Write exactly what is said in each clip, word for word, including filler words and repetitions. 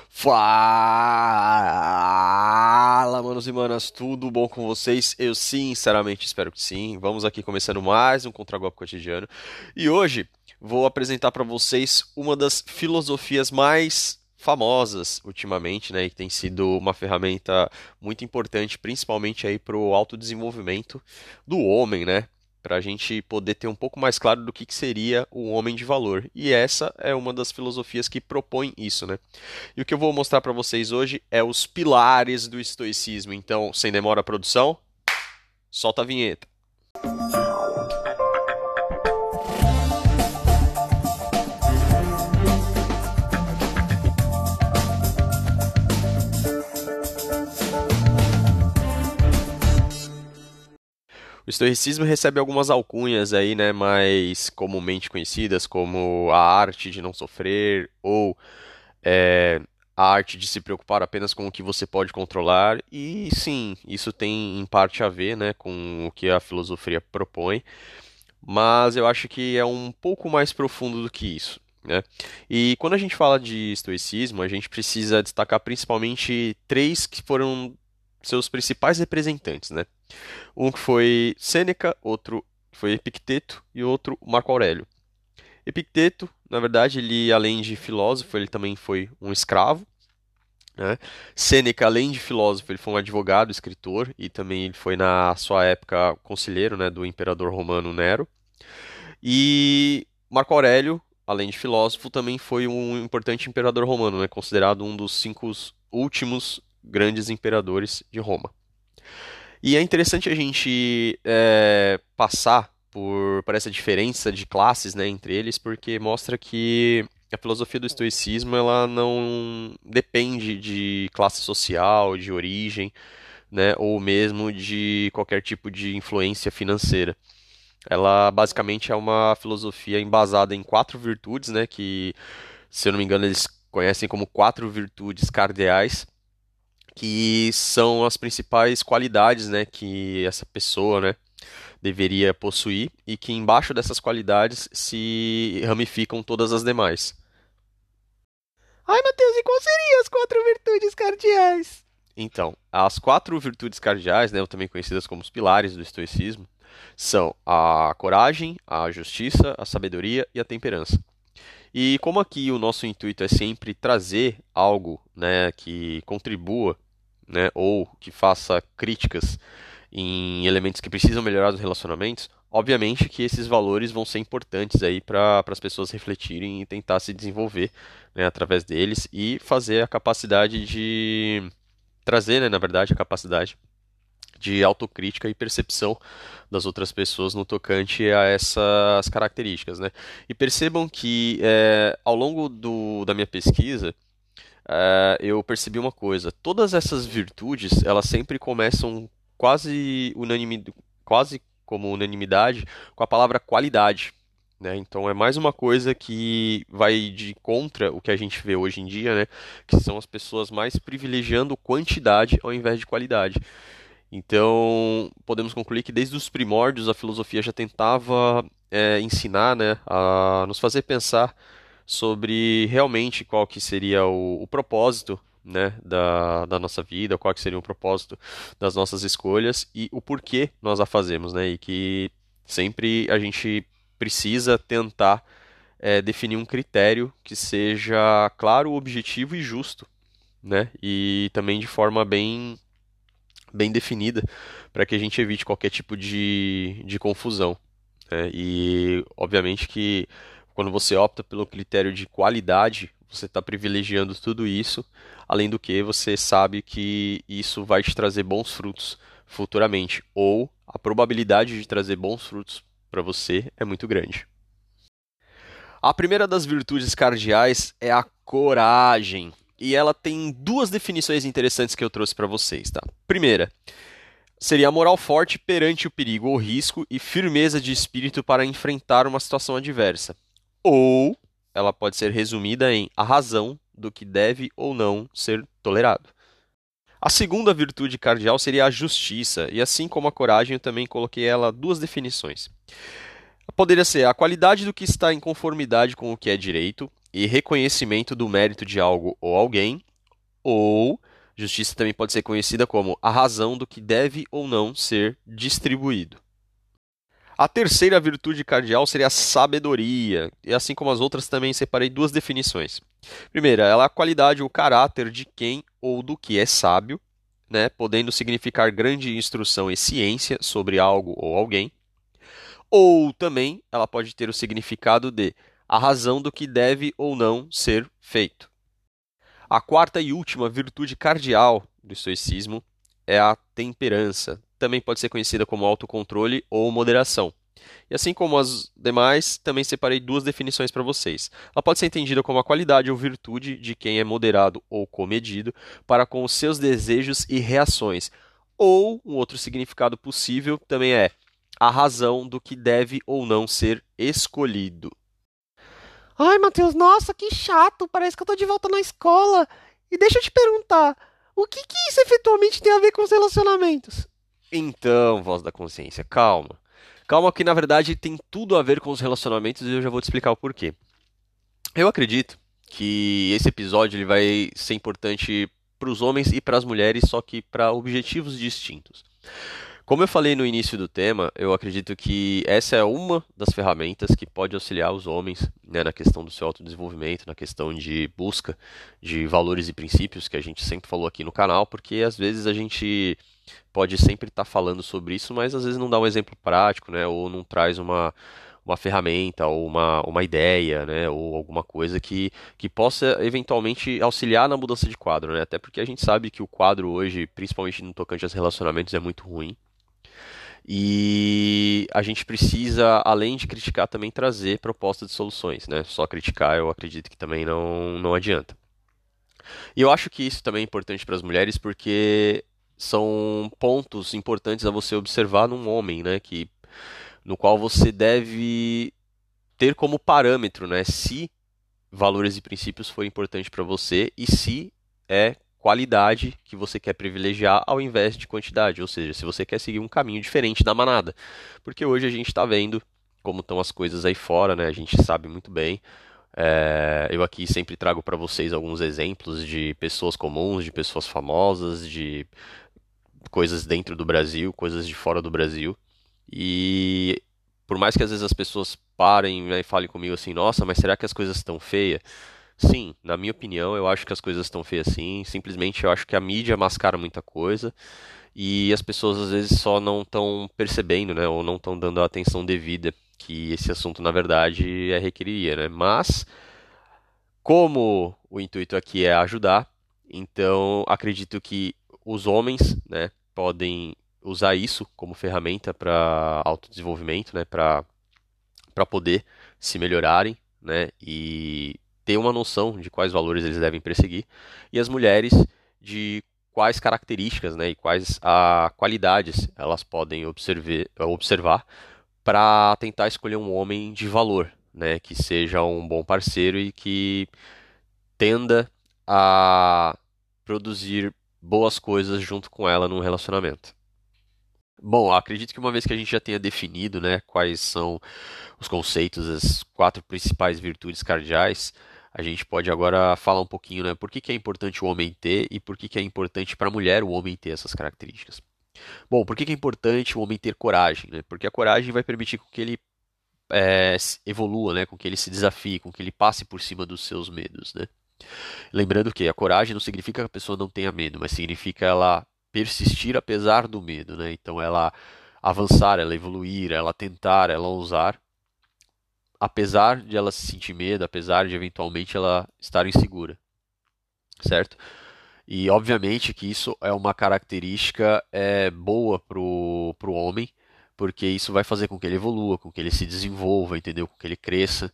Fala, manos e manas, tudo bom com vocês? Eu sinceramente espero que sim. Vamos aqui começando mais um Contragolpe Cotidiano. E hoje vou apresentar para vocês uma das filosofias mais famosas ultimamente, né, e que tem sido uma ferramenta muito importante, principalmente aí para o autodesenvolvimento do homem, né? Para a gente poder ter um pouco mais claro do que que seria o homem de valor. E essa é uma das filosofias que propõe isso, né? E o que eu vou mostrar para vocês hoje é os pilares do estoicismo. Então, sem demora, produção, solta a vinheta. O estoicismo recebe algumas alcunhas aí, né, mais comumente conhecidas, como a arte de não sofrer ou é, a arte de se preocupar apenas com o que você pode controlar. E sim, isso tem em parte a ver, né, com o que a filosofia propõe, mas eu acho que é um pouco mais profundo do que isso, né? E quando a gente fala de estoicismo, a gente precisa destacar principalmente três que foram seus principais representantes, né? Um que foi Sêneca, outro que foi Epicteto e outro Marco Aurélio. Epicteto, na verdade, ele além de filósofo, ele também foi um escravo, né? Sêneca, além de filósofo, ele foi um advogado, escritor e também ele foi na sua época conselheiro, né, do imperador romano Nero. E Marco Aurélio, além de filósofo, também foi um importante imperador romano, né, considerado um dos cinco últimos grandes imperadores de Roma. E é interessante a gente é, passar por, por essa diferença de classes, né, entre eles, porque mostra que a filosofia do estoicismo ela não depende de classe social, de origem, né, ou mesmo de qualquer tipo de influência financeira. Ela basicamente é uma filosofia embasada em quatro virtudes, né, que, se eu não me engano, eles conhecem como quatro virtudes cardeais, que são as principais qualidades, né, que essa pessoa, né, deveria possuir e que embaixo dessas qualidades se ramificam todas as demais. Ai, Matheus, e quais seriam as quatro virtudes cardeais? Então, as quatro virtudes cardeais, né, ou também conhecidas como os pilares do estoicismo, são a coragem, a justiça, a sabedoria e a temperança. E como aqui o nosso intuito é sempre trazer algo, né, que contribua, né, ou que faça críticas em elementos que precisam melhorar os relacionamentos, obviamente que esses valores vão ser importantes aí para as pessoas refletirem e tentar se desenvolver, né, através deles e fazer a capacidade de trazer, né, na verdade, a capacidade de autocrítica e percepção das outras pessoas no tocante a essas características, né? E percebam que é, ao longo do, da minha pesquisa é, eu percebi uma coisa: todas essas virtudes elas sempre começam quase unanime, quase como unanimidade com a palavra qualidade. Né? Então é mais uma coisa que vai de contra o que a gente vê hoje em dia, né? Que são as pessoas mais privilegiando quantidade ao invés de qualidade. Então, podemos concluir que desde os primórdios a filosofia já tentava é, ensinar, né, a nos fazer pensar sobre realmente qual que seria o, o propósito, né, da, da nossa vida, qual que seria o propósito das nossas escolhas e o porquê nós a fazemos, né, e que sempre a gente precisa tentar é, definir um critério que seja claro, objetivo e justo, né, e também de forma bem bem definida para que a gente evite qualquer tipo de, de confusão. Né? E, obviamente, que quando você opta pelo critério de qualidade, você está privilegiando tudo isso, além do que você sabe que isso vai te trazer bons frutos futuramente, ou a probabilidade de trazer bons frutos para você é muito grande. A primeira das virtudes cardeais é a coragem. E ela tem duas definições interessantes que eu trouxe para vocês, tá? Primeira, seria a moral forte perante o perigo ou risco e firmeza de espírito para enfrentar uma situação adversa. Ou ela pode ser resumida em a razão do que deve ou não ser tolerado. A segunda virtude cardeal seria a justiça, e assim como a coragem, eu também coloquei ela duas definições. Poderia ser a qualidade do que está em conformidade com o que é direito e reconhecimento do mérito de algo ou alguém, Ou justiça também pode ser conhecida como a razão do que deve ou não ser distribuído. A terceira virtude cardeal seria a sabedoria, e assim como as outras também separei duas definições. Primeira, ela é a qualidade ou caráter de quem ou do que é sábio, né, podendo significar grande instrução e ciência sobre algo ou alguém. Ou também ela pode ter o significado de a razão do que deve ou não ser feito. A quarta e última virtude cardeal do estoicismo é a temperança. Também pode ser conhecida como autocontrole ou moderação. E assim como as demais, também separei duas definições para vocês. Ela pode ser entendida como a qualidade ou virtude de quem é moderado ou comedido para com os seus desejos e reações. Ou, um outro significado possível também é a razão do que deve ou não ser escolhido. Ai, Matheus, nossa, que chato. Parece que eu tô de volta na escola. E deixa eu te perguntar, o que que isso efetualmente tem a ver com os relacionamentos? Então, voz da consciência, calma. Calma que na verdade tem tudo a ver com os relacionamentos e eu já vou te explicar o porquê. Eu acredito que esse episódio ele vai ser importante para os homens e para as mulheres, só que para objetivos distintos. Como eu falei no início do tema, eu acredito que essa é uma das ferramentas que pode auxiliar os homens, né, na questão do seu autodesenvolvimento, na questão de busca de valores e princípios que a gente sempre falou aqui no canal, porque às vezes a gente pode sempre estar falando sobre isso, mas às vezes não dá um exemplo prático, né, ou não traz uma, uma ferramenta ou uma, uma ideia, né, ou alguma coisa que, que possa eventualmente auxiliar na mudança de quadro, né, até porque a gente sabe que o quadro hoje, principalmente no tocante aos relacionamentos, é muito ruim. E a gente precisa, além de criticar, também trazer propostas de soluções, né? Só criticar, eu acredito que também não, não adianta. E eu acho que isso também é importante para as mulheres porque são pontos importantes a você observar num homem, né? Que, no qual você deve ter como parâmetro, né? Se valores e princípios foi importante para você e se é qualidade que você quer privilegiar ao invés de quantidade, ou seja, se você quer seguir um caminho diferente da manada. Porque hoje a gente está vendo como estão as coisas aí fora, né? A gente sabe muito bem. É, eu aqui sempre trago para vocês alguns exemplos de pessoas comuns, de pessoas famosas, de coisas dentro do Brasil, coisas de fora do Brasil. E por mais que às vezes as pessoas parem, né, e falem comigo assim, nossa, mas será que as coisas estão feias? Sim, na minha opinião, eu acho que as coisas estão feias sim. Simplesmente eu acho que a mídia mascara muita coisa e as pessoas às vezes só não estão percebendo, né, ou não estão dando a atenção devida que esse assunto na verdade é requeriria, né? Mas como o intuito aqui é ajudar, então acredito que os homens, né, podem usar isso como ferramenta para autodesenvolvimento, né, para para poder se melhorarem, né, e ter uma noção de quais valores eles devem perseguir, e as mulheres de quais características, né, e quais a, qualidades elas podem observer, observar para tentar escolher um homem de valor, né, que seja um bom parceiro e que tenda a produzir boas coisas junto com ela num relacionamento. Bom, acredito que uma vez que a gente já tenha definido, né, quais são os conceitos, as quatro principais virtudes cardeais, a gente pode agora falar um pouquinho, né, por que que é importante o homem ter e por que que é importante para a mulher o homem ter essas características. Bom, por que que é importante o homem ter coragem, né? Porque a coragem vai permitir com que ele é, evolua, né, com que ele se desafie, com que ele passe por cima dos seus medos, né? Lembrando que a coragem não significa que a pessoa não tenha medo, mas significa ela persistir apesar do medo, né? Então ela avançar, ela evoluir, ela tentar, ela ousar, apesar de ela se sentir medo, apesar de eventualmente ela estar insegura, certo? E obviamente que isso é uma característica é, boa pro, pro homem, porque isso vai fazer com que ele evolua, com que ele se desenvolva, entendeu? Com que ele cresça.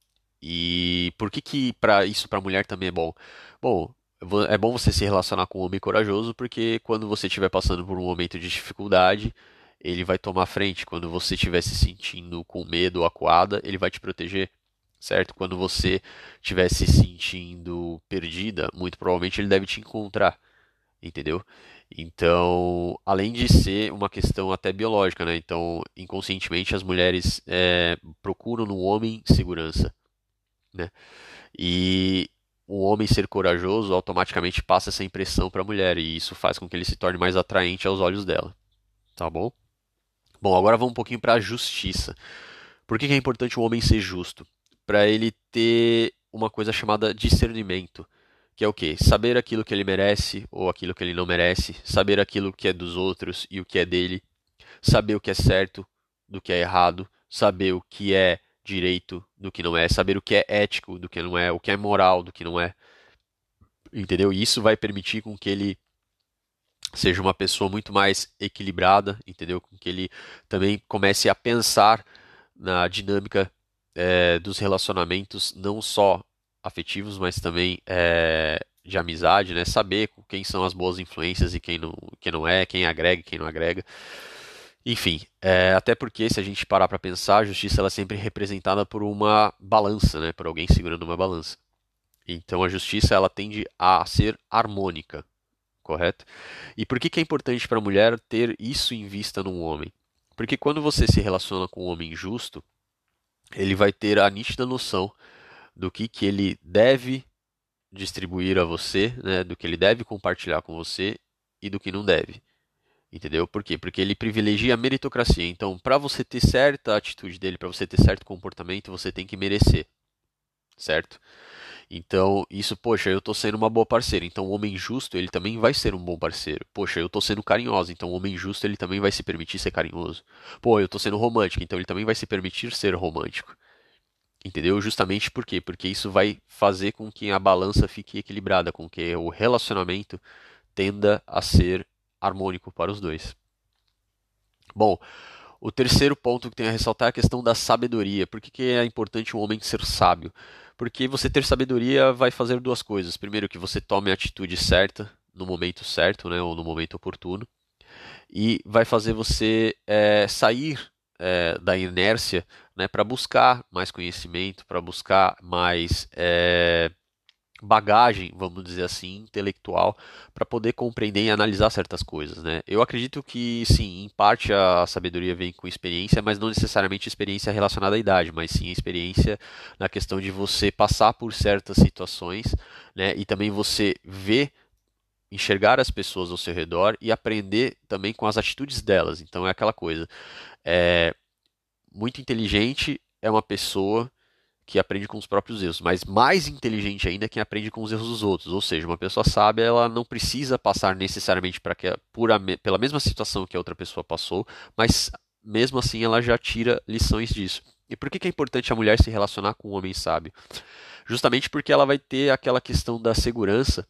E por que que para isso para a mulher também é bom? Bom, vo- é bom você se relacionar com um homem corajoso, porque quando você estiver passando por um momento de dificuldade, ele vai tomar frente. Quando você estiver se sentindo com medo ou acuada, ele vai te proteger, certo? Quando você estiver se sentindo perdida, muito provavelmente ele deve te encontrar, entendeu? Então, além de ser uma questão até biológica, né? Então, inconscientemente as mulheres é, procuram no homem segurança, né? E o homem ser corajoso automaticamente passa essa impressão para a mulher e isso faz com que ele se torne mais atraente aos olhos dela, tá bom? Bom, agora vamos um pouquinho para a justiça. Por que que é importante o homem ser justo? Para ele ter uma coisa chamada discernimento, que é o quê? Saber aquilo que ele merece ou aquilo que ele não merece, saber aquilo que é dos outros e o que é dele, saber o que é certo do que é errado, saber o que é direito do que não é, saber o que é ético do que não é, o que é moral do que não é, entendeu? E isso vai permitir com que ele seja uma pessoa muito mais equilibrada, entendeu? Com que ele também comece a pensar na dinâmica é, dos relacionamentos, não só afetivos, mas também é, de amizade, né? Saber quem são as boas influências e quem não, quem não é, quem agrega e quem não agrega. Enfim, é, até porque se a gente parar para pensar, a justiça ela é sempre representada por uma balança, né? Por alguém segurando uma balança. Então a justiça ela tende a ser harmônica, correto? E por que que é importante para a mulher ter isso em vista num homem? Porque quando você se relaciona com um homem justo, ele vai ter a nítida noção do que, que ele deve distribuir a você, né, do que ele deve compartilhar com você e do que não deve. Entendeu? Por quê? Porque ele privilegia a meritocracia. Então, para você ter certa atitude dele, para você ter certo comportamento, você tem que merecer, certo? Então, isso, poxa, eu tô sendo uma boa parceira. Então, o homem justo, ele também vai ser um bom parceiro. Poxa, eu tô sendo carinhosa. Então, o homem justo, ele também vai se permitir ser carinhoso. Pô, eu tô sendo romântico. Então, ele também vai se permitir ser romântico. Entendeu? Justamente por quê? Porque isso vai fazer com que a balança fique equilibrada, com que o relacionamento tenda a ser harmônico para os dois. Bom, o terceiro ponto que tem a ressaltar é a questão da sabedoria. Por que, que é importante um homem ser sábio? Porque você ter sabedoria vai fazer duas coisas. Primeiro, que você tome a atitude certa, no momento certo, né, ou no momento oportuno. E vai fazer você é, sair é, da inércia, né, para buscar mais conhecimento, para buscar mais é, bagagem, vamos dizer assim, intelectual, para poder compreender e analisar certas coisas, né? Eu acredito que sim, em parte a sabedoria vem com experiência, mas não necessariamente experiência relacionada à idade, mas sim experiência na questão de você passar por certas situações, né? E também você ver, enxergar as pessoas ao seu redor e aprender também com as atitudes delas. Então é aquela coisa, é muito inteligente é uma pessoa que aprende com os próprios erros, mas mais inteligente ainda é quem aprende com os erros dos outros. Ou seja, uma pessoa sábia, ela não precisa passar necessariamente para que, por a, pela mesma situação que a outra pessoa passou, mas mesmo assim ela já tira lições disso. E por que que é importante a mulher se relacionar com um homem sábio? Justamente porque ela vai ter aquela questão da segurança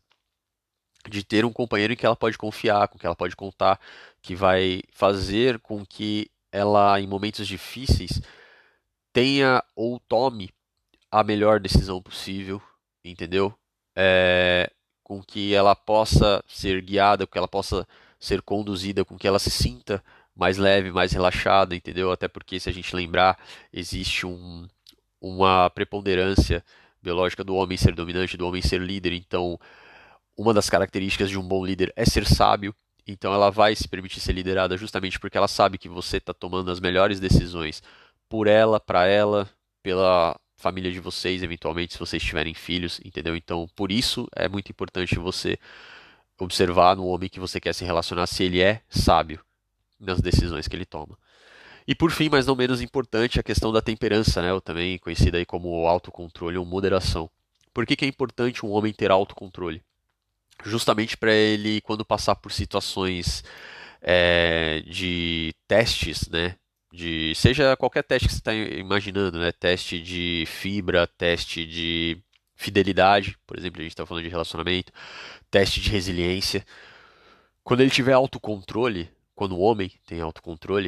de ter um companheiro em que ela pode confiar, com que ela pode contar, que vai fazer com que ela, em momentos difíceis, tenha ou tome a melhor decisão possível, entendeu? É, com que ela possa ser guiada, com que ela possa ser conduzida, com que ela se sinta mais leve, mais relaxada, entendeu? Até porque, se a gente lembrar, existe um, uma preponderância biológica do homem ser dominante, do homem ser líder. Então, uma das características de um bom líder é ser sábio. Então, ela vai se permitir ser liderada justamente porque ela sabe que você está tomando as melhores decisões por ela, para ela, pela família de vocês, eventualmente, se vocês tiverem filhos, entendeu? Então, por isso é muito importante você observar no homem que você quer se relacionar se ele é sábio nas decisões que ele toma. E por fim, mas não menos importante, a questão da temperança, né? Ou também conhecida aí como autocontrole ou moderação. Por que que é importante um homem ter autocontrole? Justamente para ele, quando passar por situações é, de testes, né? De, seja qualquer teste que você está imaginando, né? Teste de fibra, teste de fidelidade, por exemplo, a gente está falando de relacionamento, teste de resiliência. Quando ele tiver autocontrole, quando o homem tem autocontrole,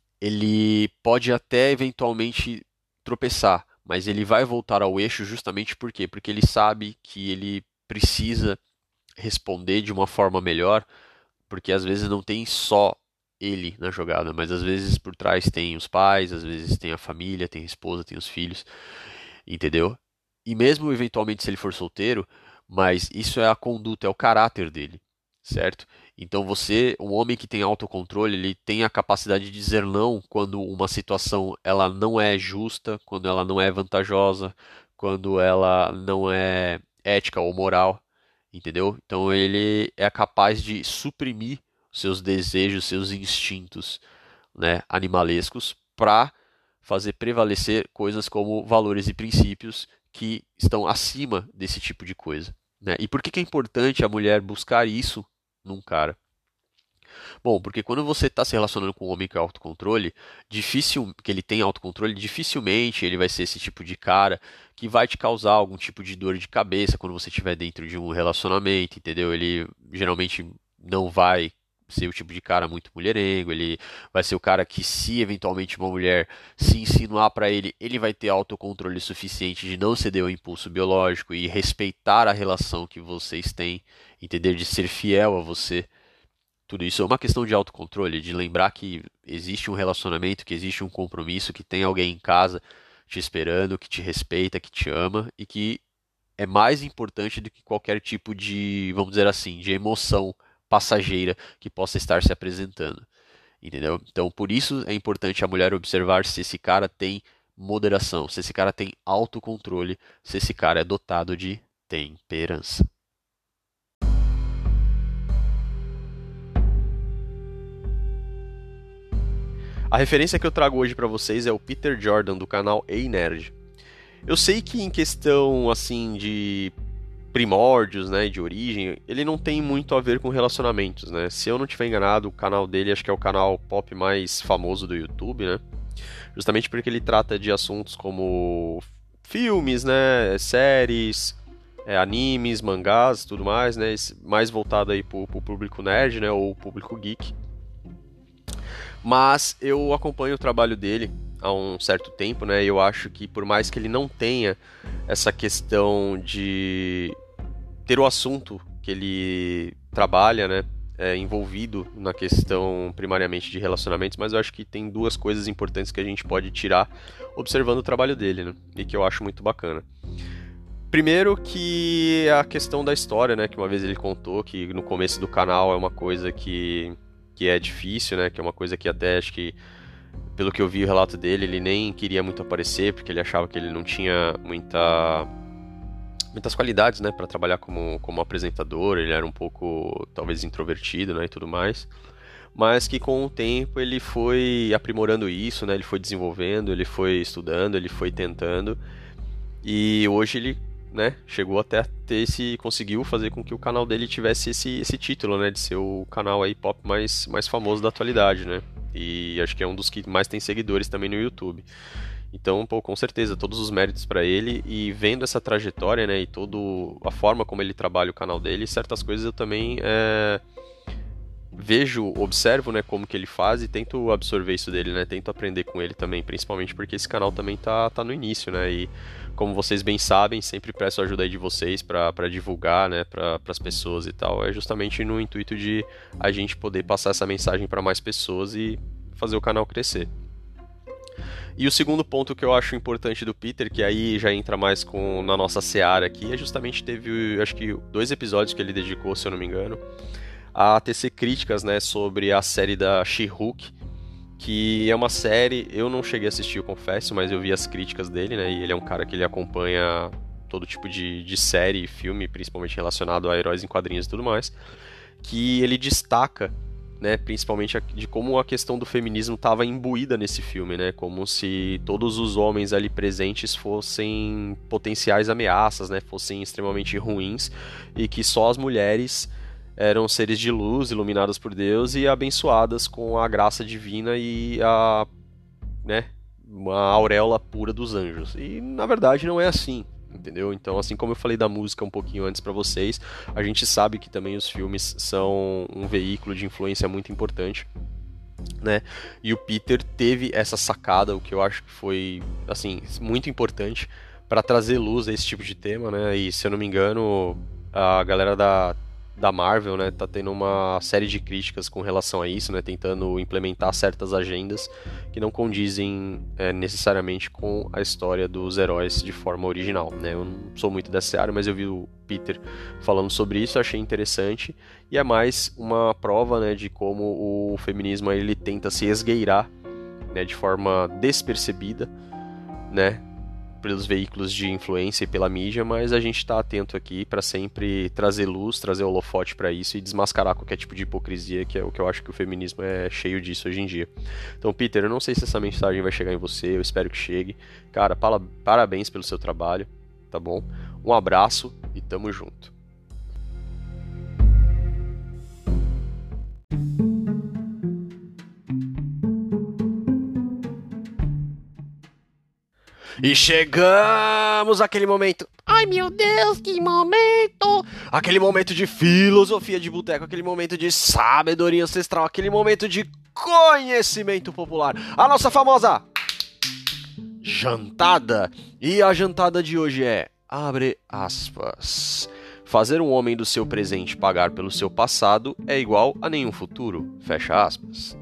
ele pode até eventualmente tropeçar, mas ele vai voltar ao eixo justamente por quê? Porque ele sabe que ele precisa responder de uma forma melhor, porque às vezes não tem só ele na jogada, mas às vezes por trás tem os pais, às vezes tem a família, tem a esposa, tem os filhos, entendeu? E mesmo eventualmente se ele for solteiro, mas isso é a conduta, é o caráter dele, certo? Então você, um homem que tem autocontrole, ele tem a capacidade de dizer não quando uma situação ela não é justa, quando ela não é vantajosa, quando ela não é ética ou moral, entendeu? Então ele é capaz de suprimir seus desejos, seus instintos, né, animalescos para fazer prevalecer coisas como valores e princípios que estão acima desse tipo de coisa, né? E por que que é importante a mulher buscar isso num cara? Bom, porque quando você está se relacionando com um homem com autocontrole, difícil que ele tem autocontrole, dificilmente ele vai ser esse tipo de cara que vai te causar algum tipo de dor de cabeça quando você estiver dentro de um relacionamento, entendeu? Ele geralmente não vai ser o tipo de cara muito mulherengo, ele vai ser o cara que, se eventualmente uma mulher se insinuar para ele, ele vai ter autocontrole suficiente de não ceder ao impulso biológico e respeitar a relação que vocês têm, entender, de ser fiel a você. Tudo isso é uma questão de autocontrole, de lembrar que existe um relacionamento, que existe um compromisso, que tem alguém em casa te esperando, que te respeita, que te ama e que é mais importante do que qualquer tipo de, vamos dizer assim, de emoção passageira que possa estar se apresentando. Entendeu? Então, por isso é importante a mulher observar se esse cara tem moderação, se esse cara tem autocontrole, se esse cara é dotado de temperança. A referência que eu trago hoje para vocês é o Peter Jordan, do canal Ei Nerd. Eu sei que em questão assim de primórdios, né, de origem, ele não tem muito a ver com relacionamentos, né? Se eu não estiver enganado, o canal dele acho que é o canal pop mais famoso do YouTube, né? Justamente porque ele trata de assuntos como filmes, né, séries, é, animes, mangás, tudo mais, né? Mais voltado aí pro, pro público nerd, né, ou público geek. Mas eu acompanho o trabalho dele há um certo tempo, né? E eu acho que por mais que ele não tenha essa questão de ter o assunto que ele trabalha, né, é, envolvido na questão primariamente de relacionamentos, mas eu acho que tem duas coisas importantes que a gente pode tirar observando o trabalho dele, né? E que eu acho muito bacana. Primeiro que a questão da história, né? Que uma vez ele contou que no começo do canal é uma coisa que que é difícil, né? Que é uma coisa que até acho que, pelo que eu vi o relato dele, ele nem queria muito aparecer, porque ele achava que ele não tinha muita, muitas qualidades, né? Para trabalhar como, como apresentador, ele era um pouco, talvez, introvertido, né? E tudo mais. Mas que com o tempo ele foi aprimorando isso, né? Ele foi desenvolvendo, ele foi estudando, ele foi tentando. E hoje ele, né, chegou até a ter esse, conseguiu fazer com que o canal dele tivesse esse, esse título, né, de ser o canal aí pop mais, mais famoso da atualidade, né, e acho que é um dos que mais tem seguidores também no YouTube. Então, pô, com certeza, todos os méritos para ele, e vendo essa trajetória, né, e toda a forma como ele trabalha o canal dele, certas coisas eu também é, vejo, observo, né, como que ele faz e tento absorver isso dele, né, tento aprender com ele também, principalmente porque esse canal também tá, tá no início, né, e como vocês bem sabem, sempre peço a ajuda aí de vocês para divulgar, né, para as pessoas e tal, é justamente no intuito de a gente poder passar essa mensagem para mais pessoas e fazer o canal crescer. E o segundo ponto que eu acho importante do Peter, que aí já entra mais com, na nossa seara aqui, é justamente teve, acho que dois episódios que ele dedicou, se eu não me engano, a tecer críticas, né, sobre a série da She-Hulk, que é uma série, eu não cheguei a assistir, eu confesso, mas eu vi as críticas dele, né, e ele é um cara que ele acompanha todo tipo de, de série e filme, principalmente relacionado a heróis em quadrinhos e tudo mais, que ele destaca, né, principalmente de como a questão do feminismo estava imbuída nesse filme, né, como se todos os homens ali presentes fossem potenciais ameaças, né, fossem extremamente ruins, e que só as mulheres eram seres de luz, iluminadas por Deus e abençoadas com a graça divina e a, né, uma auréola pura dos anjos. E na verdade não é assim, entendeu? Então, assim como eu falei da música um pouquinho antes pra vocês, a gente sabe que também os filmes são um veículo de influência muito importante, né? E o Peter teve essa sacada, o que eu acho que foi, assim, muito importante para trazer luz a esse tipo de tema, né? E se eu não me engano, a galera da da Marvel, né, tá tendo uma série de críticas com relação a isso, né, tentando implementar certas agendas que não condizem é, necessariamente com a história dos heróis de forma original, né. Eu não sou muito dessa área, mas eu vi o Peter falando sobre isso, achei interessante, e é mais uma prova, né, de como o feminismo ele tenta se esgueirar, né, de forma despercebida, né, pelos veículos de influência e pela mídia, mas a gente está atento aqui para sempre trazer luz, trazer holofote para isso e desmascarar qualquer tipo de hipocrisia, que é o que eu acho que o feminismo é cheio disso hoje em dia. Então, Peter, eu não sei se essa mensagem vai chegar em você, eu espero que chegue. Cara, parabéns pelo seu trabalho, tá bom? Um abraço e tamo junto. E chegamos àquele momento. Ai, meu Deus, que momento! Aquele momento de filosofia de boteco, aquele momento de sabedoria ancestral, aquele momento de conhecimento popular. A nossa famosa jantada. E a jantada de hoje é, abre aspas, fazer um homem do seu presente pagar pelo seu passado é igual a nenhum futuro, fecha aspas.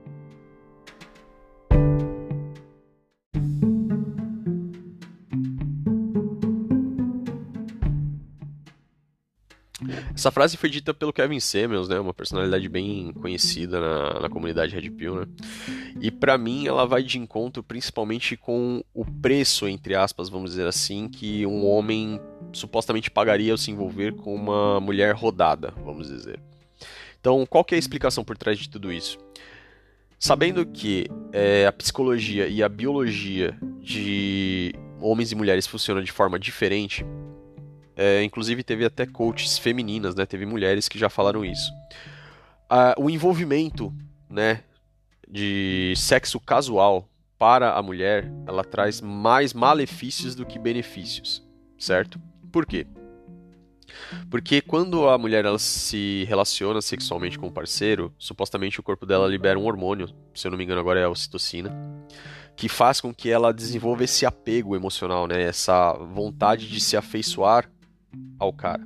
Essa frase foi dita pelo Kevin Samuels, né? Uma personalidade bem conhecida na, na comunidade Red Pill, né? E pra mim ela vai de encontro principalmente com o preço, entre aspas, vamos dizer assim, que um homem supostamente pagaria ao se envolver com uma mulher rodada, vamos dizer. Então, qual que é a explicação por trás de tudo isso? Sabendo que é, a psicologia e a biologia de homens e mulheres funcionam de forma diferente, É, inclusive teve até coaches femininas, né? Teve mulheres que já falaram isso. Ah, o envolvimento, né, de sexo casual para a mulher, ela traz mais malefícios do que benefícios, certo? Por quê? Porque quando a mulher ela se relaciona sexualmente com o parceiro, supostamente o corpo dela libera um hormônio, se eu não me engano agora é a ocitocina, que faz com que ela desenvolva esse apego emocional, né? Essa vontade de se afeiçoar ao cara.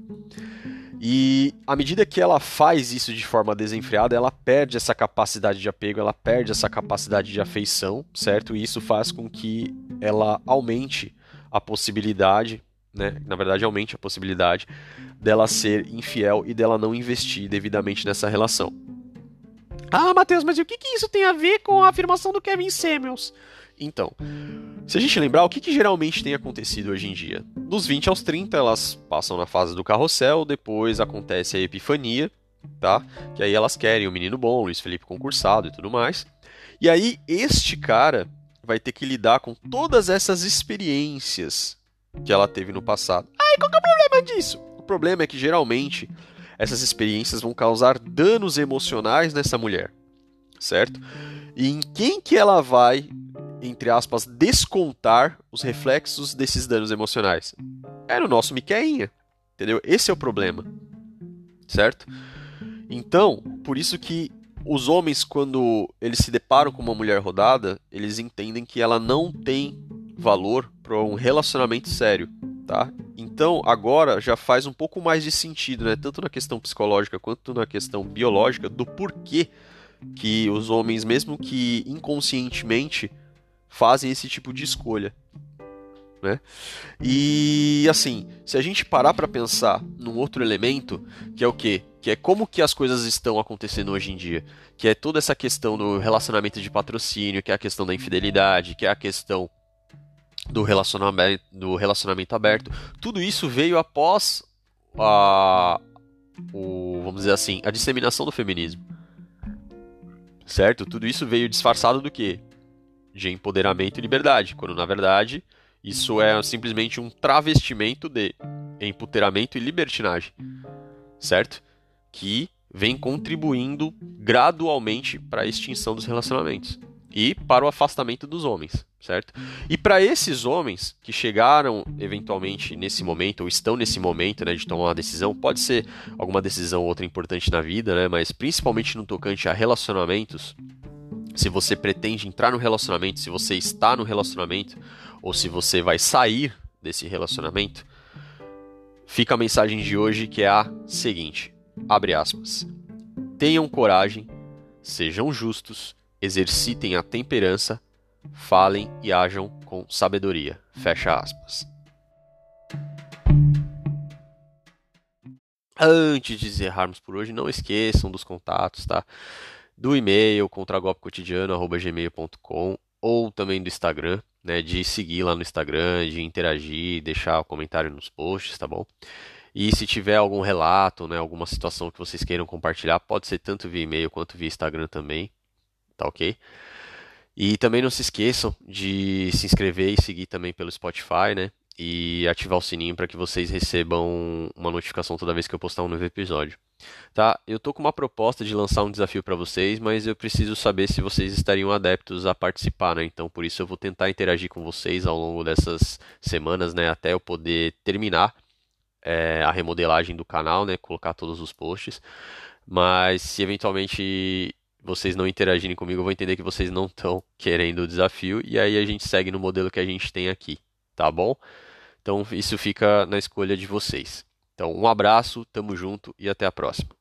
E à medida que ela faz isso de forma desenfreada, ela perde essa capacidade de apego, ela perde essa capacidade de afeição, certo? E isso faz com que ela aumente a possibilidade, né? Na verdade, aumente a possibilidade dela ser infiel e dela não investir devidamente nessa relação. Ah, Matheus, mas e o que, que isso tem a ver com a afirmação do Kevin Samuels? Então, se a gente lembrar, o que, que geralmente tem acontecido hoje em dia? Dos vinte aos trinta, elas passam na fase do carrossel, depois acontece a epifania, tá? Que aí elas querem o menino bom, Luiz Felipe concursado e tudo mais. E aí, este cara vai ter que lidar com todas essas experiências que ela teve no passado. Ai, qual que é o problema disso? O problema é que, geralmente, essas experiências vão causar danos emocionais nessa mulher, certo? E em quem que ela vai, entre aspas, descontar os reflexos desses danos emocionais? É no nosso Miqueinha, entendeu? Esse é o problema, certo? Então, por isso que os homens, quando eles se deparam com uma mulher rodada, eles entendem que ela não tem valor para um relacionamento sério, tá? Então, agora já faz um pouco mais de sentido, né? Tanto na questão psicológica quanto na questão biológica, do porquê que os homens, mesmo que inconscientemente, fazem esse tipo de escolha, né? E assim, se a gente parar para pensar num outro elemento, que é o quê? Que é como que as coisas estão acontecendo hoje em dia, que é toda essa questão do relacionamento de patrocínio, que é a questão da infidelidade, que é a questão do relacionamento, do relacionamento aberto. Tudo isso veio após a, o, vamos dizer assim, a disseminação do feminismo, certo? Tudo isso veio disfarçado do quê? De empoderamento e liberdade, quando na verdade isso é simplesmente um travestimento de empoderamento e libertinagem, certo? Que vem contribuindo gradualmente para a extinção dos relacionamentos e para o afastamento dos homens, certo? E para esses homens que chegaram eventualmente nesse momento, ou estão nesse momento, né, de tomar uma decisão, pode ser alguma decisão ou outra importante na vida, né, mas principalmente no tocante a relacionamentos, se você pretende entrar no relacionamento, se você está no relacionamento, ou se você vai sair desse relacionamento, fica a mensagem de hoje, que é a seguinte, abre aspas, tenham coragem, sejam justos, exercitem a temperança, falem e ajam com sabedoria, fecha aspas. Antes de encerrarmos por hoje, não esqueçam dos contatos, tá? Do e-mail, contragolpecotidiano arroba gmail ponto com, ou também do Instagram, né, de seguir lá no Instagram, de interagir, deixar o comentário nos posts, tá bom? E se tiver algum relato, né, alguma situação que vocês queiram compartilhar, pode ser tanto via e-mail quanto via Instagram também, tá ok? E também não se esqueçam de se inscrever e seguir também pelo Spotify, né? E ativar o sininho para que vocês recebam uma notificação toda vez que eu postar um novo episódio. Tá? Eu tô com uma proposta de lançar um desafio para vocês, mas eu preciso saber se vocês estariam adeptos a participar, né? Então, por isso eu vou tentar interagir com vocês ao longo dessas semanas, né? Até eu poder terminar é, a remodelagem do canal, né? Colocar todos os posts. Mas se eventualmente vocês não interagirem comigo, eu vou entender que vocês não estão querendo o desafio e aí a gente segue no modelo que a gente tem aqui, tá bom? Então isso fica na escolha de vocês. Então um abraço, tamo junto e até a próxima.